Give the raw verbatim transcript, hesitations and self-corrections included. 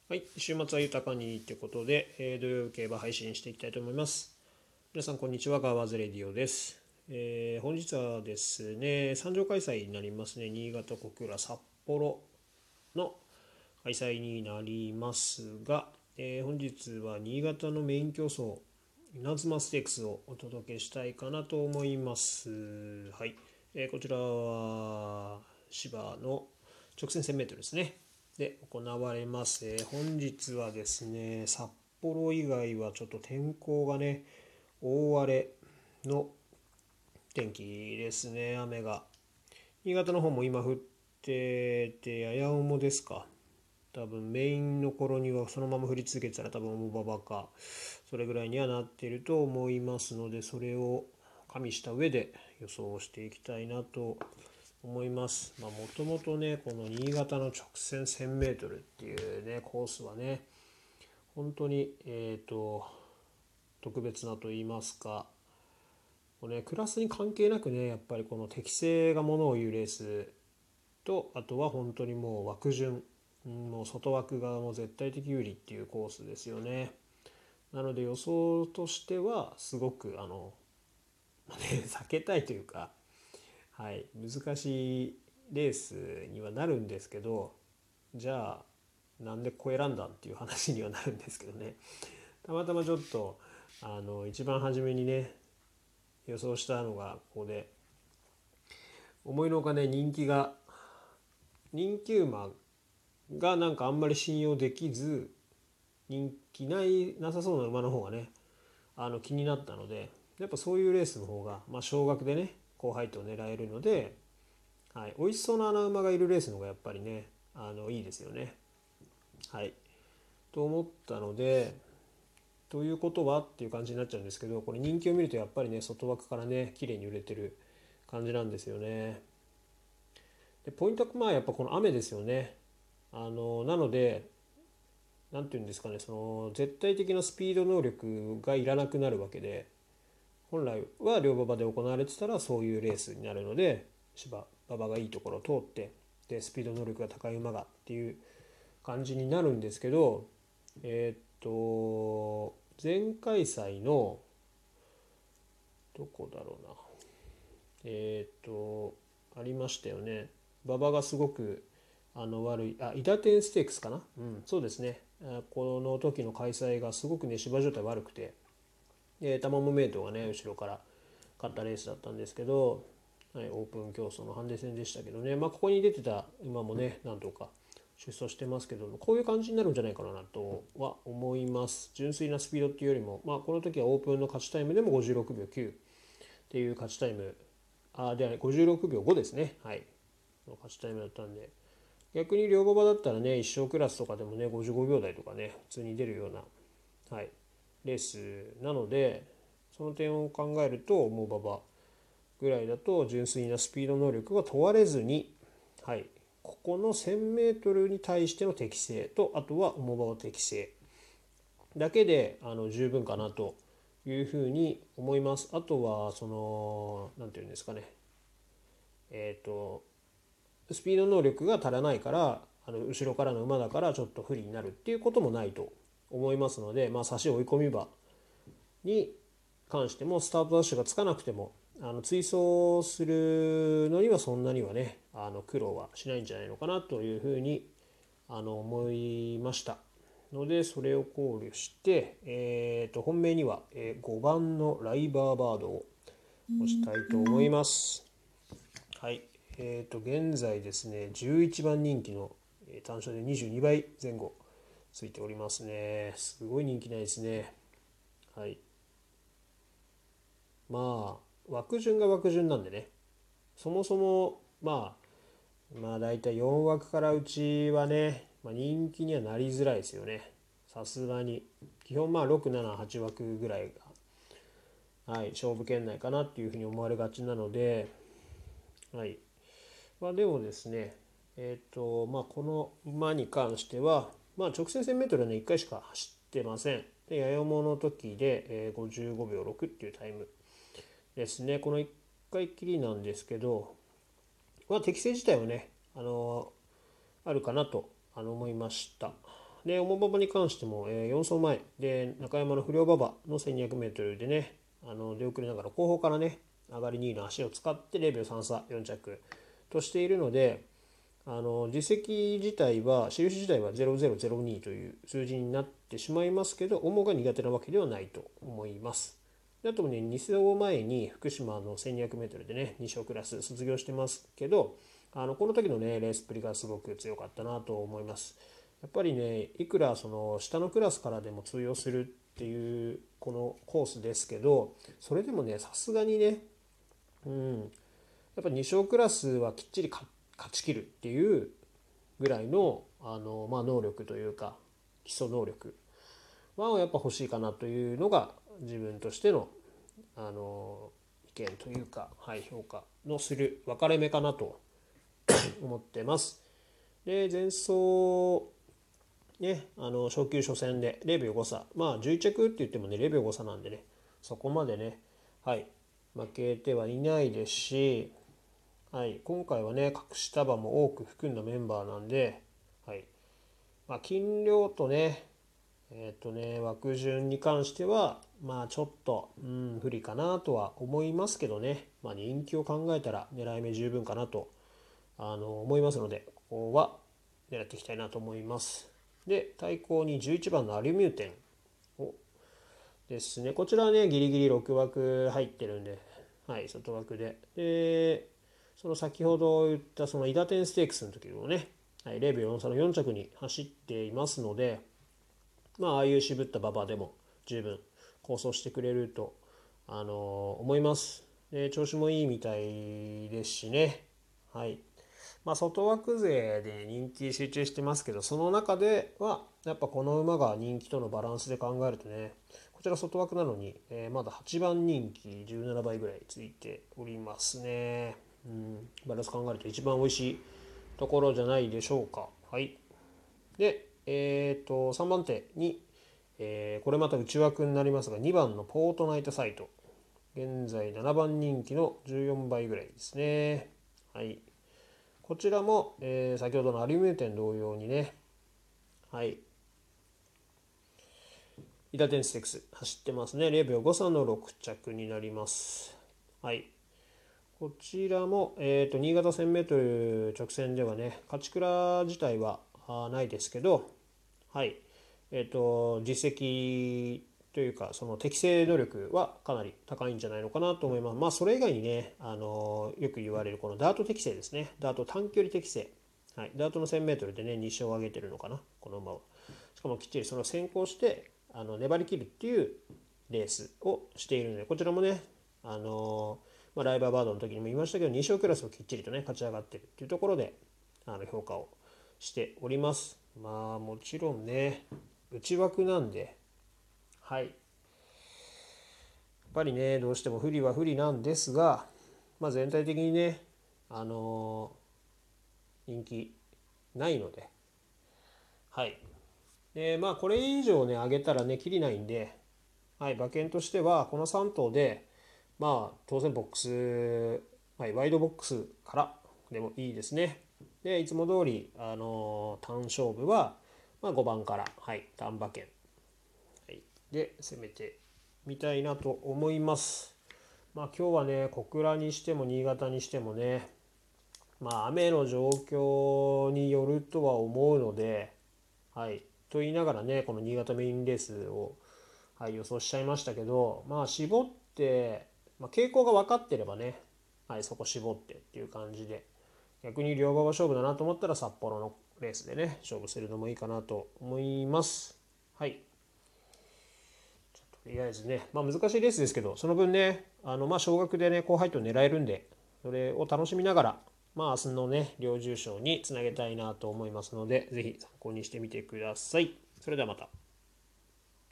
はい、週末は豊かにということで、えー土曜競馬配信していきたいと思います。皆さん、こんにちは。ガーワーズレディオです。えー本日はですね、参上開催になりますね、新潟小倉札幌の開催になりますが、えー本日は新潟のメイン競争、稲妻ステークスをお届けしたいかなと思います。はい、えーこちらは芝の直線せんメートルですね。で行われます。えー本日はですね、札幌以外はちょっと天候がね、大荒れの天気ですね、雨が。新潟の方も今降ってて、やや重ですか。多分メインの頃にはそのまま降り続けてたら多分重馬場か、それぐらいにはなっていると思いますので、それを加味した上で予想していきたいなと思います。まあもともとね、この新潟の直線せんメートルっていうね、コースはね、本当に、えーと、特別なと言いますか、こうね、クラスに関係なくね、やっぱりこの適性がものを言うレースと、あとは本当にもう枠順、もう外枠がもう絶対的有利っていうコースですよね。なので予想としてはすごくあの、ね、避けたいというか、はい、難しいレースにはなるんですけど、じゃあなんでここ選んだっていう話にはなるんですけどね。たまたまちょっとあの一番初めにね予想したのがここで、思いのほかね人気が人気馬がなんかあんまり信用できず、人気ないなさそうな馬の方がねあの気になったので、やっぱそういうレースの方が、まあ、少額でね高配当を狙えるので、はい、美味しそうな穴馬がいるレースの方がやっぱりねあのいいですよね。はい、と思ったので、ということはっていう感じになっちゃうんですけど、これ人気を見るとやっぱりね外枠からね綺麗に売れてる感じなんですよね。でポイントはまあやっぱこの雨ですよね。あのなので何て言うんですかね、その絶対的なスピード能力がいらなくなるわけで、本来は両馬場で行われてたらそういうレースになるので、芝馬場がいいところを通って、でスピード能力が高い馬がっていう感じになるんですけど、えーっと前回祭のどこだろうな、えーっとありましたよね。馬場がすごくあの悪い、あ、イダテンステークスかな、うん、そうですね。この時の開催がすごくね芝状態悪くて、でタマモメイトがね後ろから勝ったレースだったんですけど、はい、オープン競争のハンデ戦でしたけどね、まあ、ここに出てた馬もねなんとか出走してますけど、こういう感じになるんじゃないかなとは思います。純粋なスピードっていうよりも、まあ、この時はオープンの勝ちタイムでもごじゅうろくびょうきゅうっていう勝ちタイム、あではごじゅうろくびょうごですね、はい、の勝ちタイムだったんで、逆に両馬場だったらね一生クラスとかでもねごじゅうごびょう台とかね普通に出るような、はい、レースなので、その点を考えるともう馬場ぐらいだと純粋なスピード能力が問われずに、はい、ここの せんメートル に対しての適性と、あとは重馬場適性だけであの十分かなというふうに思います。あとはその何て言うんですかね、えっ、ー、とスピード能力が足らないから、あの後ろからの馬だからちょっと不利になるっていうこともないと思いますので、まあ、差し追い込み馬に関してもスタートダッシュがつかなくてもあの追走するのにはそんなにはねあの苦労はしないんじゃないのかなというふうにあの思いましたので、それを考慮して、えー、と本命にはごばんのライバーバードを押したいと思います。はい、えー、と現在ですねじゅういちばん人気の単勝でにじゅうにばいぜん後ついておりますね。すごい人気ないですね。はい、まあ枠順が枠順なんでね、そもそもまあまあ大体よん枠からうちはね、まあ、人気にはなりづらいですよね。さすがに基本まあろく、なな、はち枠ぐらいが、はい、勝負圏内かなっていうふうに思われがちなので、はい、まあ、でもですね、えっ、ー、とまあこの馬に関しては、まあ、直線 せんメートル はねいっかいしか走ってません。でやや重の時で、えー、ごじゅうごびょうろくっていうタイムですね。このいっかいきりなんですけど、まあ、適性自体はねあのあるかなとあの思いました。 で、重馬場に関しても、えー、よん走前で中山の不良馬場の せんにひゃくメートル でね、あの出遅れながら後方からね、上がりにいの足を使ってゼロびょうさん差よん着としているので、あの実績自体は印自体はゼロゼロゼロにという数字になってしまいますけど、重が苦手なわけではないと思います。であとね、に走前に福島の せんにひゃくメートル でね、に勝クラス卒業してますけど、あのこの時のねレースっぷりがすごく強かったなと思います。やっぱりね、いくらその下のクラスからでも通用するっていうこのコースですけど、それでもね、さすがにね、うん、やっぱに勝クラスはきっちり勝ちきるっていうぐらいの、あの、まあ、能力というか基礎能力はやっぱ欲しいかなというのが自分としての、あの意見というか、はい、評価のする分かれ目かなと思ってます。で前走ね、あの初級初戦でゼロびょうご差、まあじゅういち着って言ってもねゼロびょうご差なんでね、そこまでね、はい、負けてはいないですし、はい、今回はね隠し束も多く含んだメンバーなんで、はいまあ、斤量とねえっ、ー、とね枠順に関してはまあちょっと、うん、不利かなとは思いますけどね、まあ、人気を考えたら狙い目十分かなとあの思いますので、ここは狙っていきたいなと思います。で対抗にじゅういちばんのアリュミューテンをですね、こちらはねギリギリろく枠入ってるんで、はい、外枠ででその先ほど言ったその伊達天ステークスの時もね、はい、ゼロびょうよん差のよん着に走っていますので、まあああいう渋った馬場でも十分構想してくれると、あの思います。で調子もいいみたいですしね、はい、まあ、外枠勢で人気集中してますけど、その中ではやっぱこの馬が人気とのバランスで考えるとね、こちら外枠なのに、えー、まだはちばん人気じゅうななばいぐらいついておりますね。うん、バランス考えると一番美味しいところじゃないでしょうか。はい。で、えっ、ー、とさんばん手に、えー、これまた内枠になりますが、にばんのポートナイトサイト。現在ななばん人気のじゅうよんばいぐらいですね。はい。こちらも、えー、先ほどのアリュミューテン同様にね、はい、イダテンステックス走ってますね。ゼロびょうご差のろく着になります。はい。こちらも、えーと、新潟 せんメートル 直線ではね、勝ち倉自体はないですけど、はい、えーと、実績というか、その適正能力はかなり高いんじゃないのかなと思います。まあ、それ以外にね、あのよく言われるこのダート適正ですね。ダート短距離適正。はい、ダートの せんメートル でね、に勝を挙げてるのかな、この馬は。しかもきっちりその先行して、あの粘り切るっていうレースをしているので、こちらもね、あのまあ、ライバーバードの時にも言いましたけど、に勝クラスをきっちりとね、勝ち上がってるっていうところで、あの評価をしております。まあ、もちろんね、内枠なんで、はい。やっぱりね、どうしても不利は不利なんですが、まあ、全体的にね、あのー、人気ないので、はい。で、まあ、これ以上ね、上げたらね、きりないんで、はい、馬券としては、このさん頭で、まあ、当然ボックス、はい、ワイドボックスからでもいいですね。で、いつも通り、あのー、単勝負は、まあ、ごばんから、はい、単馬券、はい、で攻めてみたいなと思います。まあ、今日はね、小倉にしても新潟にしてもね、まあ、雨の状況によるとは思うので、はい、と言いながらね、この新潟メインレースを、はい、予想しちゃいましたけど、まあ、絞って、まあ、傾向が分かってればね、はい、そこ絞ってっていう感じで、逆に両馬場勝負だなと思ったら札幌のレースでね、勝負するのもいいかなと思います。はい。とりあえずね、まあ、難しいレースですけど、その分ね、あのまあ少額でね、高配当狙えるんで、それを楽しみながら、まあ、明日のね、両重賞につなげたいなと思いますので、ぜひ参考にしてみてください。それではまた。